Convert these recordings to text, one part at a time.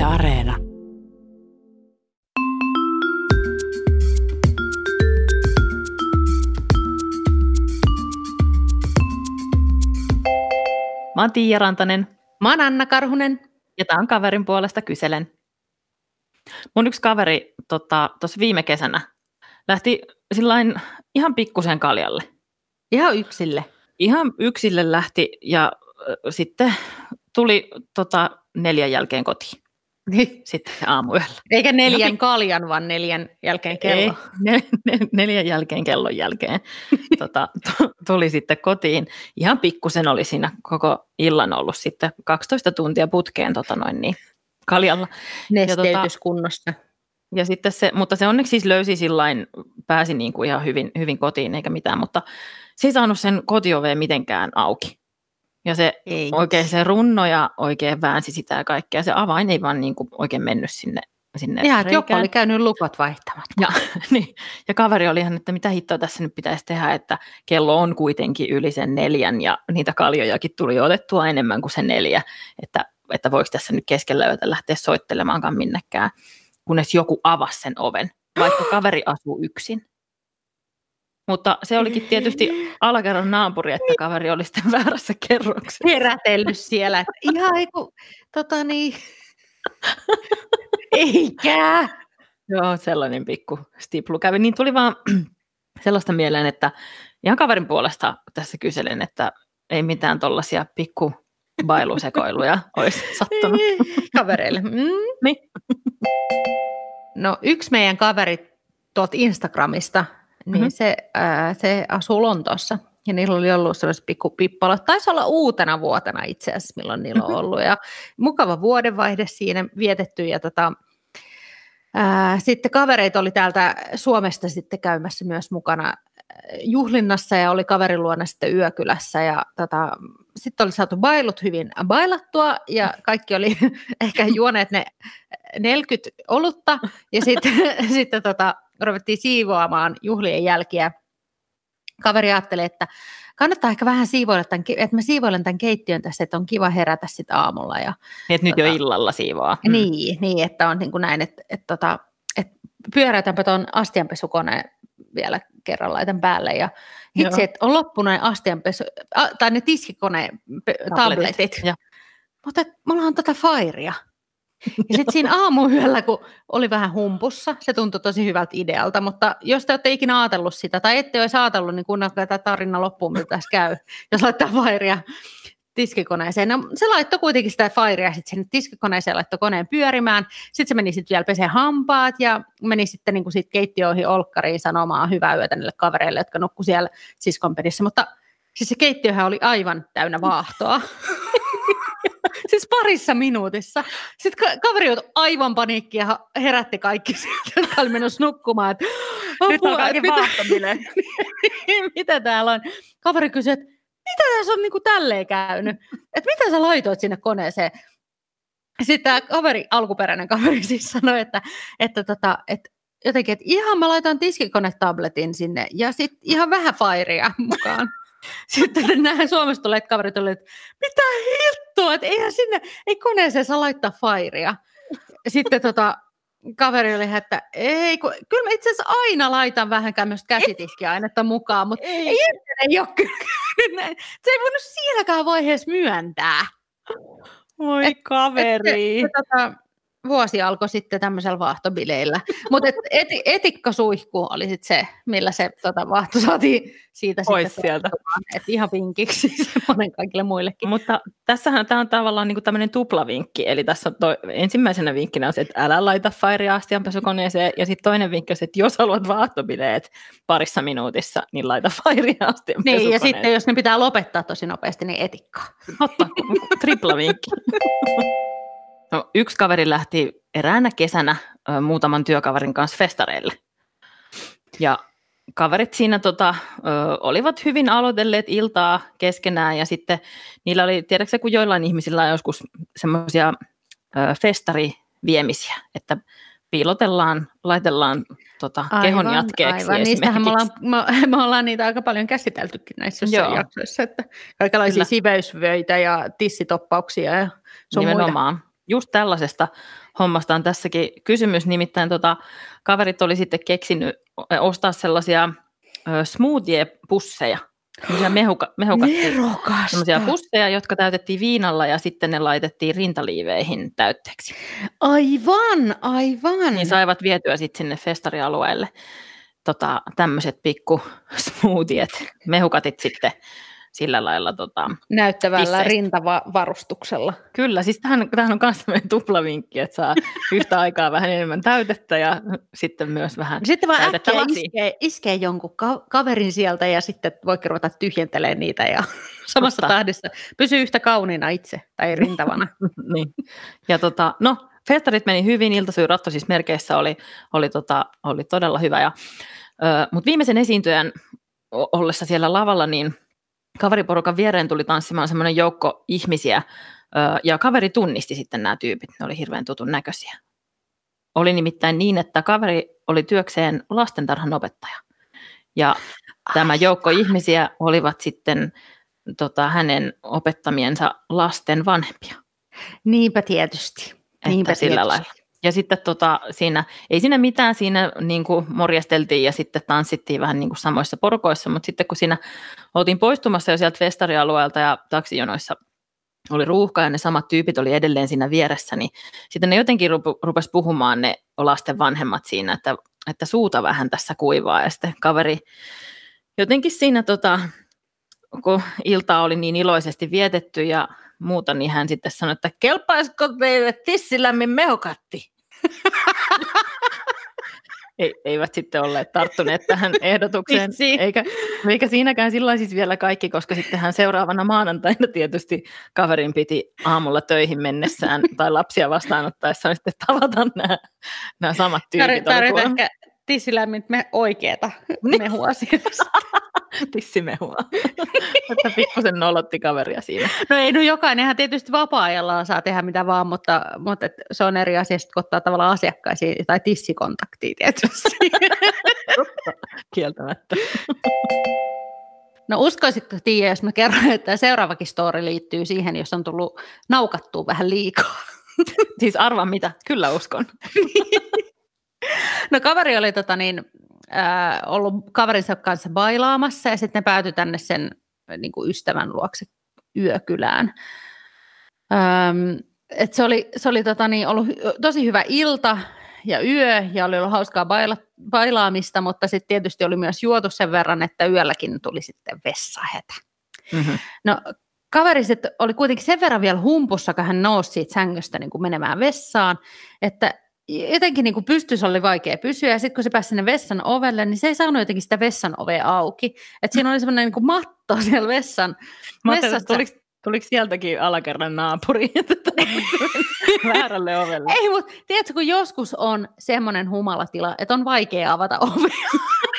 Areena. Mä oon Tiia Rantanen. Mä oon Anna Karhunen. Ja tää on Kaverin puolesta kyselen. Mun yksi kaveri tuossa viime kesänä lähti sillain ihan pikkusen kaljalle. Ihan yksille. Ihan yksille lähti ja sitten tuli 4 jälkeen kotiin. Sitten aamuyöllä. Eikä 4 kaljan, vaan 4 jälkeen kello. Ei, 4 jälkeen kellon jälkeen tuli sitten kotiin. Ihan pikkusen oli siinä koko illan ollut sitten 12 tuntia putkeen kaljalla. Nesteytyskunnossa. Ja sitten mutta se onneksi siis löysi sillain, pääsi niin kuin ihan hyvin kotiin eikä mitään, mutta se ei saanut sen kotioveen mitenkään auki. Ja se runnoja oikein väänsi sitä ja kaikkea. Se avain ei vaan niin kuin oikein mennyt sinne ihan, että joku oli käynyt lukot vaihtamat. Ja kaveri oli ihan, että mitä hittoa tässä nyt pitäisi tehdä, että kello on kuitenkin yli sen 4 ja niitä kaljojakin tuli otettua enemmän kuin se 4, että voiko tässä nyt keskellä yötä lähteä soittelemaankaan minnekään, kunnes joku avasi sen oven, vaikka kaveri asuu yksin. Mutta se olikin tietysti alakerran naapuri, että kaveri oli sitten väärässä kerroksessa. Herätellyt siellä, että ihan eikä. Joo, sellainen pikku stiplu kävi. Niin tuli vaan sellaista mieleen, että ihan kaverin puolesta tässä kyselen, että ei mitään tollaisia pikku bailusekoiluja olisi sattunut. Kavereille. Niin. No yksi meidän kaveri tuolta Instagramista, niin se asuu Lontoossa. Ja niillä oli ollut sellaiset pikku pippalot. Taisi olla uutena vuotena itse asiassa, milloin niillä on ollut. Ja mukava vuodenvaihde siinä vietetty. Ja sitten kavereita oli täältä Suomesta sitten käymässä myös mukana juhlinnassa ja oli kaverin luona sitten yökylässä. Ja sitten oli saatu bailut hyvin bailattua ja kaikki oli ehkä juoneet ne 40 olutta. Ja sitten ruvettiin siivoamaan juhlien jälkiä. Kaveri ajatteli, että kannattaa ehkä vähän siivoilla että mä siivoilen tämän keittiön tässä, että on kiva herätä sitten aamulla. Ja, että nyt jo illalla siivoaa. Niin, että on niin kuin näin, että pyöräytänpä tuon astianpesukoneen vielä kerran laitan päälle. Ja hitsi, että on loppunut astianpesu, tai ne tiskikoneen tabletit. Mutta mulla on Firea. Ja sitten siinä aamuyöllä, kun oli vähän humpussa, se tuntui tosi hyvältä idealta, mutta jos te olette ikinä ajatellut sitä, tai ette olisi ajatellut, niin kuunnelkaa tämä tarina loppuun, mitä tässä käy, jos laittaa Firea tiskikoneeseen. No, se laittoi kuitenkin sitä Firea sitten sinne tiskikoneeseen, laittoi koneen pyörimään, sitten se meni sitten vielä peseen hampaat, ja meni sitten niin kuin siitä keittiöihin olkkariin sanomaan hyvää yötä niille kavereille, jotka nukkui siellä siskonpedissä, mutta siis se keittiöhän oli aivan täynnä vaahtoa. Siis parissa minuutissa. Sitten kaveri joutui aivan paniikkiin ja herätti kaikki sieltä, jotka oli menossa nukkumaan. Että, nyt on kaikki vaahtomille. Mitä täällä on? Kaveri kysyi, että mitä tässä on niin kuin tälleen käynyt? Että mitä sä laitoit sinne koneeseen? Sitten tämä alkuperäinen kaveri siis sanoi, että jotenkin, että ihan mä laitan tiskikonetabletin sinne ja sitten ihan vähän Firea mukaan. Sitten nämä Suomesta tulleet kaverit olivat, että mitä hittoa, että ei koneeseen saa laittaa Firea. Sitten kaveri oli, että kyllä mä itse asiassa aina laitan vähän tämmöistä käsitiskiainetta mukaan, mutta ei ole kyllä. Se ei voinut siinäkään vaiheessa myöntää. Oi kaveri. Vuosi alkoi sitten tämmöisellä vaahtobileillä. Mutta etikkasuihku oli sitten se, millä se vaahto saatiin siitä pois sitten. Sieltä. Että ihan vinkiksi semmoinen kaikille muillekin. Mutta tässähän tämä on tavallaan niinku tämmöinen tuplavinkki. Eli tässä on ensimmäisenä vinkkinä on se, että älä laita Firea astianpesukoneeseen. Ja sitten toinen vinkki on se, että jos haluat vaahtobileet parissa minuutissa, niin laita Firea astianpesukoneeseen. Niin, ja sitten jos ne pitää lopettaa tosi nopeasti, niin etikkaa. Totta, triplavinkki. No, yksi kaveri lähti eräänä kesänä muutaman työkaverin kanssa festareille. Ja kaverit siinä olivat hyvin aloitelleet iltaa keskenään ja sitten niillä oli, tiedätkö kun joillain ihmisillä on joskus semmoisia festariviemisiä, että piilotellaan, laitellaan kehon jatkeeksi. Aivan, niistähän me ollaan niitä aika paljon käsiteltykin näissä jaksoissa, että kaikenlaisia siveysvöitä ja tissitoppauksia ja sun nimenomaan. Muita. just tällaisesta hommasta on tässäkin kysymys, nimittäin kaverit oli sitten keksinyt ostaa sellaisia smoothie-pusseja, sellaisia pusseja, jotka täytettiin viinalla ja sitten ne laitettiin rintaliiveihin täytteeksi. Aivan. Niin saivat vietyä sitten sinne festarialueelle tämmöiset pikku smoothiet, mehukatit sitten sillä lailla näyttävällä tisseistä. rintavarustuksella. Kyllä, siis tämähän on myös tämmöinen tuplavinkki, että saa yhtä aikaa vähän enemmän täytettä ja sitten myös vähän sitten vaan täytettä äkkiä iskee jonkun kaverin sieltä ja sitten voikin ruveta tyhjentelemään niitä ja samassa tahdissa pysyy yhtä kauniina itse tai rintavana. Niin. Ja festarit meni hyvin, iltasyy Rattosissa merkeissä oli todella hyvä. Mutta viimeisen esiintyjän ollessa siellä lavalla, niin kaveriporukan viereen tuli tanssimaan semmoinen joukko ihmisiä, ja kaveri tunnisti sitten nämä tyypit, ne oli hirveän tutun näköisiä. Oli nimittäin niin, että kaveri oli työkseen lastentarhan opettaja, ja tämä joukko ihmisiä olivat sitten hänen opettamiensa lasten vanhempia. Niinpä tietysti. Sillä lailla. Ja sitten ei siinä mitään, siinä niin kuin morjesteltiin ja sitten tanssittiin vähän niin kuin samoissa porukoissa, mutta sitten kun siinä oltiin poistumassa jo sieltä festarialueelta ja taksijonoissa oli ruuhka ja ne samat tyypit oli edelleen siinä vieressä, niin sitten ne jotenkin rupesi puhumaan ne lasten vanhemmat siinä, että suuta vähän tässä kuivaa ja sitten kaveri jotenkin siinä kun iltaa oli niin iloisesti vietetty ja muuta, niin hän sitten sanoi, että kelpaisiko teille tissilämmin mehukatti? Eivät sitten olleet tarttuneet tähän ehdotukseen, eikä siinäkään sillä siis vielä kaikki, koska sitten hän seuraavana maanantaina tietysti kaverin piti aamulla töihin mennessään tai lapsia vastaanottaessaan sitten tavata nämä samat tyypit. Tarvitaan ehkä tissilämmin oikeata mehua sieltä. Tissimehua. Että pikkusen nolotti kaveria siinä. No jokainenhan tietysti vapaa-ajallaan saa tehdä mitä vaan, mutta se on eri asia, kun ottaa tavallaan asiakkaisiin tai tissikontaktiin tietysti. Kieltämättä. No uskoisitko Tiia, jos mä kerron, että seuraavakin story liittyy siihen, jos on tullut naukattua vähän liikaa. Siis arva mitä, kyllä uskon. No kaveri oli ollut kaverinsa kanssa bailaamassa ja sitten ne päätyi tänne sen niin kuin ystävän luokse yökylään. Se oli ollut tosi hyvä ilta ja yö ja oli ollut hauskaa bailaamista, mutta sitten tietysti oli myös juotu sen verran, että yölläkin tuli sitten vessahätä. Mm-hmm. No kaveri sitten oli kuitenkin sen verran vielä humpussa, kun hän nousi siitä sängystä niin kuin menemään vessaan, että jotenkin niin kuin pystyssä oli vaikea pysyä, ja sitten kun se pääsi sinne vessan ovelle, niin se ei saanut jotenkin sitä vessan ovea auki. Että siinä oli semmoinen niin kuin matto siellä vessassa. Tuliko sieltäkin alakerran naapuri väärälle ovelle? Ei, mutta tiedätkö, kun joskus on semmoinen humalatila, että on vaikea avata ovea.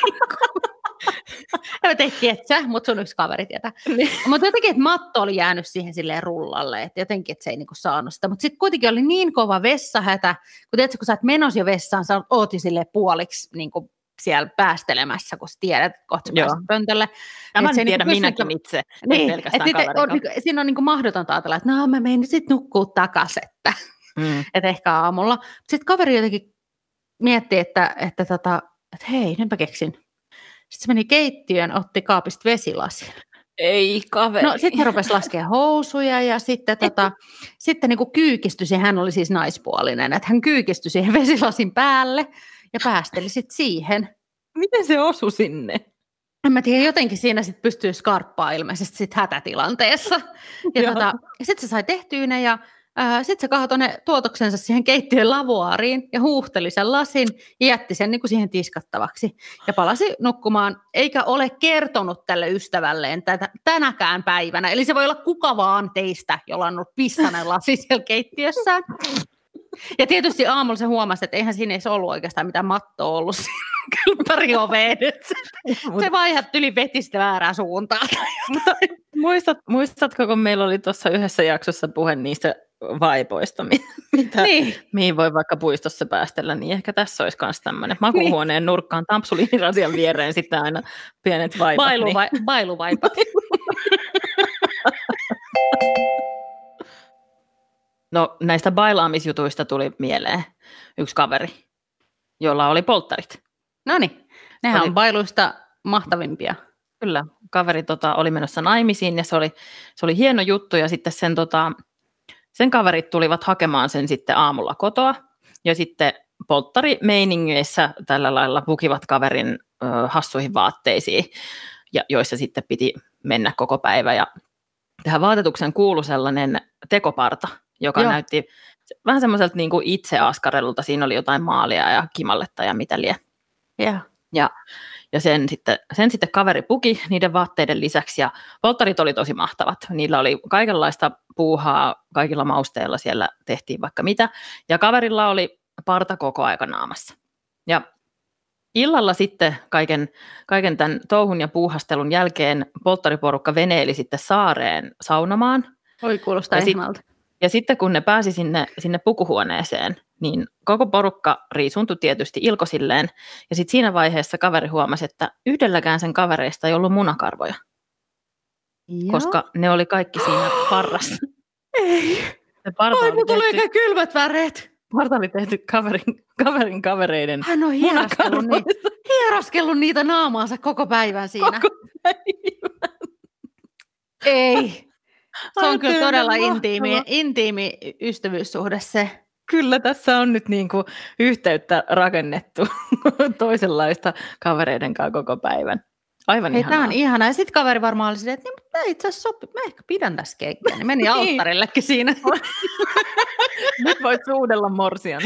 En tiedä, mutta sun yksi kaveri tietää. Mutta jotenkin, että matto oli jäänyt siihen silleen rullalle, että jotenkin, että se ei niinku saanut sitä. Mutta sitten kuitenkin oli niin kova vessahätä, kun sä oot menossa jo vessaan, sä oot jo silleen puoliksi niinku siellä päästelemässä, kun sä tiedät, että kohta sä pääset pöntölle. Tämän tiedän minäkin itse, niin, pelkästään kaverin. Siinä on niinku mahdotonta ajatella, että no mä menen nyt sitten nukkuu takaisin, että ehkä aamulla. Sitten kaveri jotenkin mietti, että hei, nytpä keksin. Sitten se meni keittiöön, otti kaapista vesilasin. Ei kaveri. No sitten rupesi laskemaan housuja ja sitten, sitten niin kuin kyykistyi, hän oli siis naispuolinen, että hän kyykistyi siihen vesilasin päälle ja päästeli sitten siihen. Miten se osui sinne? En mä tiedä, jotenkin siinä sitten pystyy skarppaa ilmeisesti sit hätätilanteessa. Ja sitten se sai tehtyä ne ja sitten se kaatoi ne tuotoksensa siihen keittiön lavuaariin ja huuhteli sen lasin ja jätti sen niin kuin siihen tiskattavaksi. Ja palasi nukkumaan, eikä ole kertonut tälle ystävälleen tänäkään päivänä. Eli se voi olla kuka vaan teistä, jolla on ollut pissainen lasi siellä keittiössä. Ja tietysti aamulla se huomasi, että eihän siinä edes ollut oikeastaan mitään mattoa ollut pari ovea edessä. Se vaihat yli vetistä väärään suuntaan. Muistatko, kun meillä oli tuossa yhdessä jaksossa puhe niistä vaipoista, mihin voi vaikka puistossa päästellä, niin ehkä tässä olisi myös tämmöinen makuuhuoneen nurkkaan tampsuliinirasian viereen sitten aina pienet vaipat. Bailuvaipat. No näistä bailaamisjutuista tuli mieleen yksi kaveri, jolla oli polttarit. Noniin, nehän on bailuista mahtavimpia. Kyllä, kaveri oli menossa naimisiin ja se oli hieno juttu ja sitten sen kaverit tulivat hakemaan sen sitten aamulla kotoa ja sitten polttarimeiningeissä tällä lailla pukivat kaverin hassuihin vaatteisiin, joissa sitten piti mennä koko päivä ja tähän vaatetuksen kuului sellainen tekoparta, joka näytti vähän semmoiselta niin kuin itse askarelulta. Siinä oli jotain maalia ja kimalletta ja mitä lie. Ja sen sitten kaveri puki niiden vaatteiden lisäksi ja polttarit oli tosi mahtavat. Niillä oli kaikenlaista puuhaa, kaikilla mausteilla siellä tehtiin vaikka mitä. Ja kaverilla oli parta koko aika naamassa. Ja illalla sitten kaiken tämän touhun ja puuhastelun jälkeen polttariporukka veneili sitten saareen saunomaan. Oi, kuulostaa ihmalta. Ja sitten kun ne pääsi sinne pukuhuoneeseen, niin koko porukka riisuntui tietysti ilkosilleen. Ja sitten siinä vaiheessa kaveri huomasi, että yhdelläkään sen kavereista ei ollut munakarvoja. Koska ne oli kaikki siinä parrassa. Ei. Ai, mun tuli oikein kylmät väreet. Parta oli tehty kaverin kavereiden. Hän on hieraskellut niitä naamaansa koko päivän siinä. Koko päivän. Ei. Se on kyllä todella intiimi ystävyyssuhde se. Kyllä tässä on nyt niinku yhteyttä rakennettu toisenlaista kavereiden kanssa koko päivän. Aivan ihanaa. Tämä on ihanaa. Ja sitten kaveri varmaan oli silleen, että tämä itse asiassa sopii. Mä ehkä pidän tässä keikkiä. Niin meni alttarillekin siinä. Nyt voit suudella morsian.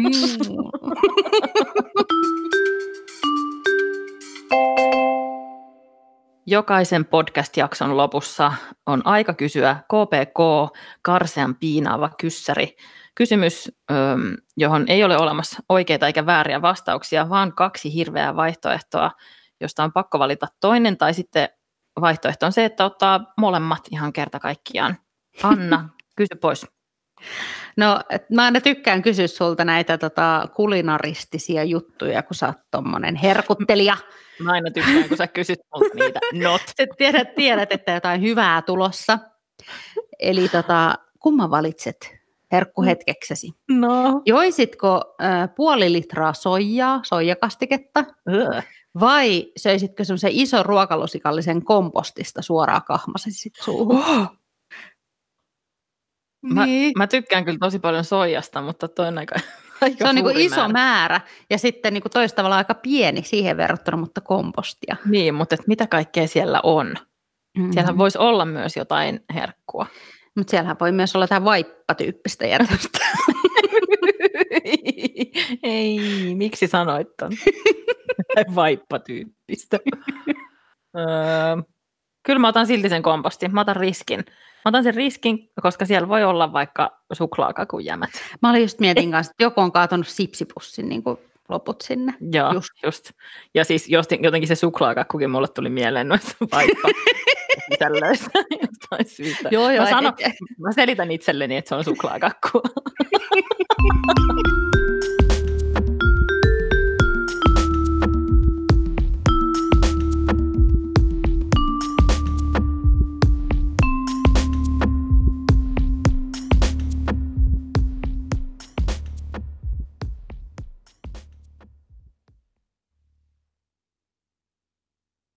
Jokaisen podcast-jakson lopussa on aika kysyä KPK, karsean piinaava kyssäri. Kysymys, johon ei ole olemassa oikeita eikä vääriä vastauksia, vaan 2 hirveää vaihtoehtoa, josta on pakko valita toinen, tai sitten vaihtoehto on se, että ottaa molemmat ihan kerta kaikkiaan. Anna, kysy pois. No, mä aina tykkään kysyä sulta näitä kulinaristisia juttuja, kun sä oot tommonen herkuttelija. Mä aina tykkään, kun sä kysyt multa niitä. Not. Sä tiedät, että jotain hyvää tulossa. Eli kumman valitset herkkuhetkeksesi? No. Joisitko puoli litraa soijakastiketta? Vai söisitkö semmoisen ison ruokalusikallisen kompostista suoraan kahmasit suuhun? Mä tykkään kyllä tosi paljon soijasta, mutta toi on aika se on niinku iso määrä ja sitten niinku toista tavalla aika pieni siihen verrattuna, mutta kompostia. Niin, mutta mitä kaikkea siellä on? Mm-hmm. Siellähän voisi olla myös jotain herkkua. Mutta siellähän voi myös olla jotain vaippatyyppistä jätöstä. Ei, miksi sanoit ton? Vaippatyyppistä. Kyllä mä otan silti sen kompostin. Mä otan riskin. Mä otan sen riskin, koska siellä voi olla vaikka suklaakakujämät. Mä olin just mietin kanssa, että joku on kaatunut sipsipussin niin kuin loput sinne. Joo, just. Ja siis jotenkin se suklaakakkukin mulle tuli mieleen noissa vaippa-sisällöissä jostain syystä. Joo, mä selitän itselleni, että se on suklaakakkua.